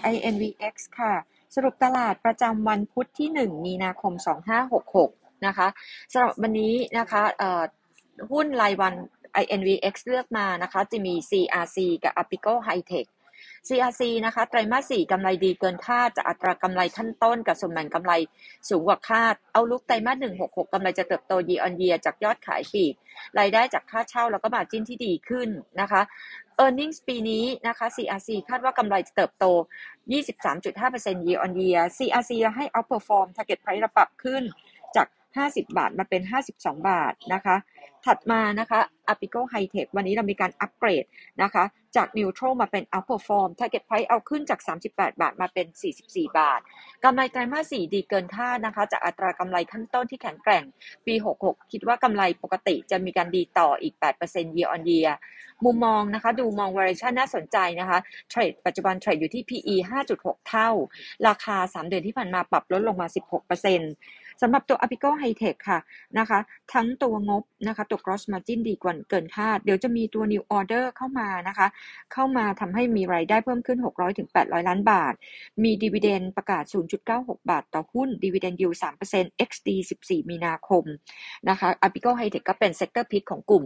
INVX ค่ะสรุปตลาดประจำวันพุธที่1มีนาคม2566นะคะสำหรับวันนี้นะคะหุ้นรายวัน INVX เลือกมานะคะจะมี CRC กับ Apico High-Tech CRC นะคะไตรมาส 4กำไรดีเกินคาดจากอัตรากำไรขั้นต้นกับส่วนแบ่งกำไรสูงกว่าคาดเอาลุกไตรมาส 1 66กำไรจะเติบโต year on year จากยอดขายปลีกรายได้จากค่าเช่าแล้วก็ margin ที่ดีขึ้นนะคะ earnings ปีนี้นะคะ CRC คาดว่ากำไรจะเติบโต 23.5% year on year CRC ให้ outperform target price ปรับขึ้นจาก50 บาทมาเป็น52 บาทนะคะถัดมานะคะ Apico High-Tech วันนี้เรามีการอัปเกรดนะคะจาก neutral มาเป็น outperform target price เอาขึ้นจาก38 บาทมาเป็น44 บาทกำไรไตรมาส 4ดีเกินคาดนะคะจากอัตรากำไรขั้นต้นที่แข็งแกร่งปี66คิดว่ากำไรปกติจะมีการดีต่ออีก 8% year on year มุมมองนะคะดูมอง valuation น่าสนใจนะคะเทรดปัจจุบันเทรดอยู่ที่ PE 5.6 เท่าราคา3เดือนที่ผ่านมาปรับลดลงมา 16%สำหรับตัว Apico High-Tech ค่ะนะคะทั้งตัวงบนะคะตัว gross margin ดีกว่าเกินคาดเดี๋ยวจะมีตัว new order เข้ามานะคะเข้ามาทำให้มีรายได้เพิ่มขึ้น600ถึง800ล้านบาทมี dividend ประกาศ 0.96 บาทต่อหุ้น dividend yield 3% XD 14 มีนาคมนะคะ Apico High-Tech ก็เป็น sector pick ของกลุ่ม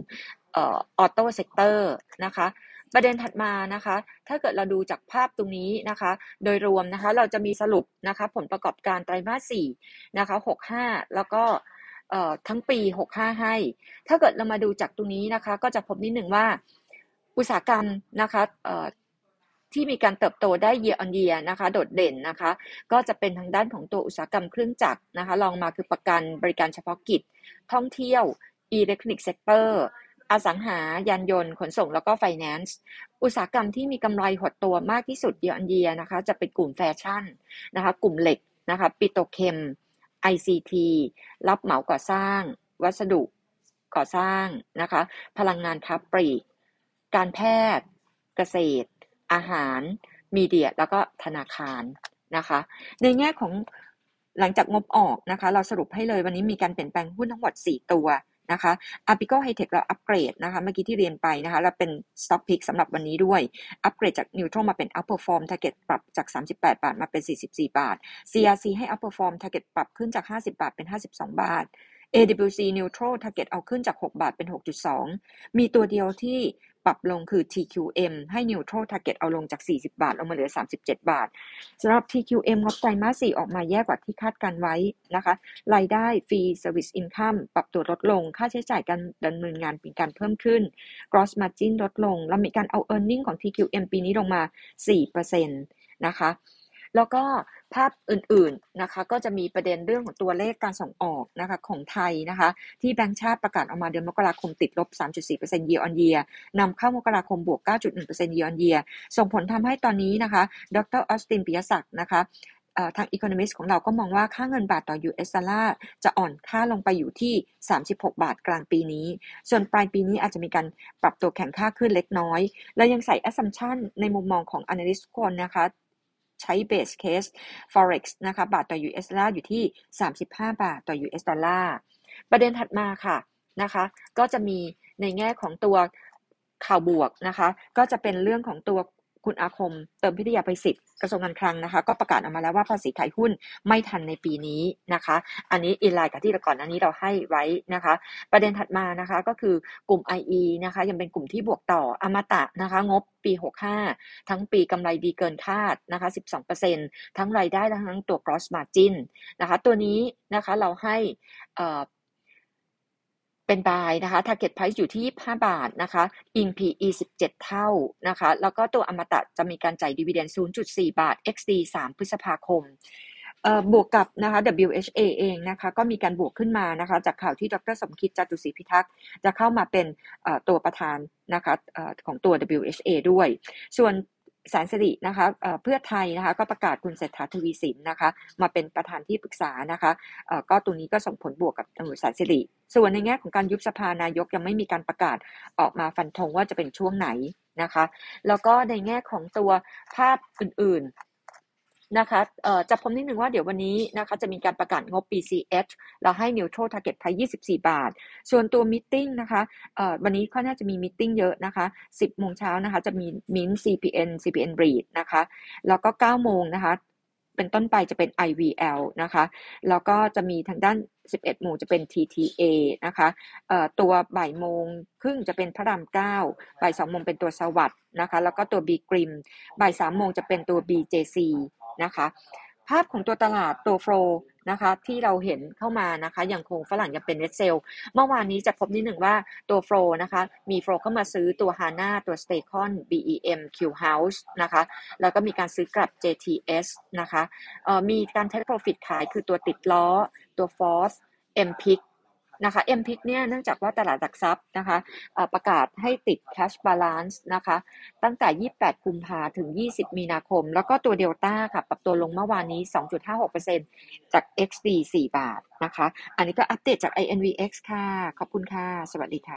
auto sector นะคะประเด็นถัดมานะคะถ้าเกิดเราดูจากภาพตรงนี้นะคะโดยรวมนะคะเราจะมีสรุปนะคะผลประกอบการไตรมาส 4นะคะ65แล้วก็ทั้งปี65ให้ถ้าเกิดเรามาดูจากตรงนี้นะคะก็จะพบนิดหนึ่งว่าอุตสาหกรรมนะคะที่มีการเติบโตได้ year on year นะคะโดดเด่นนะคะก็จะเป็นทางด้านของตัวอุตสาหกรรมเครื่องจักรนะคะรองมาคือประกันบริการเฉพาะกิจท่องเที่ยว electronic sector อสังหายานยนต์ขนส่งแล้วก็ finance อุตสาหกรรมที่มีกำไรหดตัวมากที่สุด year on year นะคะจะเป็นกลุ่มแฟชั่นนะคะกลุ่มเหล็กนะคะปิโตรเคม ICT รับเหมาก่อสร้างวัสดุก่อสร้างนะคะพลังงานค้าปลีกการแพทย์เกษตรอาหารมีเดียแล้วก็ธนาคารนะคะในแง่ของหลังจากงบออกนะคะเราสรุปให้เลยวันนี้มีการเปลี่ยนแปลงหุ้นทั้งหมด4ตัวนะคะ Apico High-Tech เราอัปเกรดนะคะเมื่อกี้ที่เรียนไปนะคะเราเป็น Stock Pick สำหรับวันนี้ด้วยอัปเกรดจาก Neutral มาเป็น Outperform Target ปรับจาก38 บาทมาเป็น44 บาท CRC ให้ Outperform Target ปรับขึ้นจาก50 บาทเป็น52 บาท AWC Neutral Target เอาขึ้นจาก6 บาทเป็น 6.2 มีตัวเดียวที่ปรับลงคือ TQM ให้ Neutral Target เอาลงจาก40 บาทลงมาเหลือ37 บาทสำหรับ TQM งบไตรมาส 4ออกมาแย่กว่าที่คาดการไว้นะคะรายได้ Fee Service Income ปรับตัวลดลงค่าใช้จ่ายการดำเนินงานเป็นการเพิ่มขึ้น Gross Margin ลดลงแล้วมีการเอา Earning ของ TQM ปีนี้ลงมา 4% นะคะแล้วก็ภาพอื่นๆนะคะก็จะมีประเด็นเรื่องของตัวเลขการส่งออกนะคะของไทยนะคะที่แบงก์ชาติประกาศออกมาเดือนมกราคมติดลบ 3.4% year on year นำเข้ามกราคมบวก 9.1% year on year ส่งผลทำให้ตอนนี้นะคะดร.ออสติน ปิยศักดิ์นะคะทาง Economist ของเราก็มองว่าค่าเงินบาทต่อ US ดอลลาร์จะอ่อนค่าลงไปอยู่ที่36 บาทกลางปีนี้ส่วนปลายปีนี้อาจจะมีการปรับตัวแข็งค่าขึ้นเล็กน้อยและยังใส่ assumption ในมุมมองของ analyst ทุกคนนะคะใช้ base case forex นะคะบาทต่อ US ดอลลาร์อยู่ที่35 บาทต่อ US ดอลลาร์ประเด็นถัดมาค่ะนะคะก็จะมีในแง่ของตัวข่าวบวกนะคะก็จะเป็นเรื่องของตัวคุณอาคมเติมพิทยาภัยศิษย์กระทรวงการคลังนะคะก็ประกาศออกมาแล้วว่าภาษีขายหุ้นไม่ทันในปีนี้นะคะอันนี้อินไลน์กับที่ก่อนหน้านี้เราให้ไว้นะคะประเด็นถัดมานะคะก็คือกลุ่ม IE นะคะยังเป็นกลุ่มที่บวกต่ออมตะนะคะงบปี65ทั้งปีกำไรดีเกินคาดนะคะ 12% ทั้งรายได้ทั้งตัว gross margin นะคะตัวนี้นะคะเราให้เป็น buy นะคะ target price อยู่ที่25 บาทนะคะ in PE 17 เท่านะคะแล้วก็ตัวอมตะจะมีการจ่าย dividend 0.4 บาท XD 3 พฤษภาคมบวกกับนะคะ WHA เองนะคะก็มีการบวกขึ้นมานะคะจากข่าวที่ดร.สมคิดจตุศรีพิทักษ์จะเข้ามาเป็นตัวประธานนะคะของตัว WHA ด้วยส่วนแสนสิรินะคะเพื่อไทยนะคะก็ประกาศคุณเศรษฐาทวีสินนะคะมาเป็นประธานที่ปรึกษานะคะก็ตรงนี้ก็ส่งผลบวกกับแสนสิริส่วนในแง่ของการยุบสภานายกยังไม่มีการประกาศออกมาฟันธงว่าจะเป็นช่วงไหนนะคะแล้วก็ในแง่ของตัวภาพอื่นนะคะจะพบนิดนึงว่าเดี๋ยววันนี้นะคะจะมีการประกาศงบ BCH แล้วให้ neutral target price 24 บาทส่วนตัว meeting นะคะวันนี้ก็น่าจะมี meeting เยอะนะคะ 10 โมงเช้านะคะจะมี Mint CPN REIT นะคะแล้วก็ 9 โมงนะคะเป็นต้นไปจะเป็น IVL นะคะแล้วก็จะมีทางด้าน 11 โมงจะเป็น TTA นะคะตัวบ่ายโมงครึ่งจะเป็นพระราม 9 บ่าย 2 โมงเป็นตัวสวัสด์นะคะแล้วก็ตัว B Grim บ่าย 3 โมงจะเป็นตัว BJC นะคะภาพของตัวตลาดตัวโฟลนะคะที่เราเห็นเข้ามานะคะยังคงฝรั่งยังเป็นเน็ตเซลเมื่อวานนี้จะพบนิดหนึ่งว่าตัวโฟลนะคะมีโฟลเข้ามาซื้อตัว HANA ตัว Stacon BEM Q House นะคะแล้วก็มีการซื้อกลับ JTS นะคะมีการ take profit ขายคือตัวติดล้อตัว Force MPIC นะคะ MPIC เนี่ยเนื่องจากว่าตลาดหลักทรัพย์นะคะประกาศให้ติด cash balance นะคะตั้งแต่ 28 กุมภาถึง 20 มีนาคมแล้วก็ตัวเดลต้าค่ะปรับตัวลงเมื่อวานนี้ 2.56% จาก XD 4 บาทนะคะอันนี้ก็อัปเดตจาก INVX ค่ะขอบคุณค่ะสวัสดีค่ะ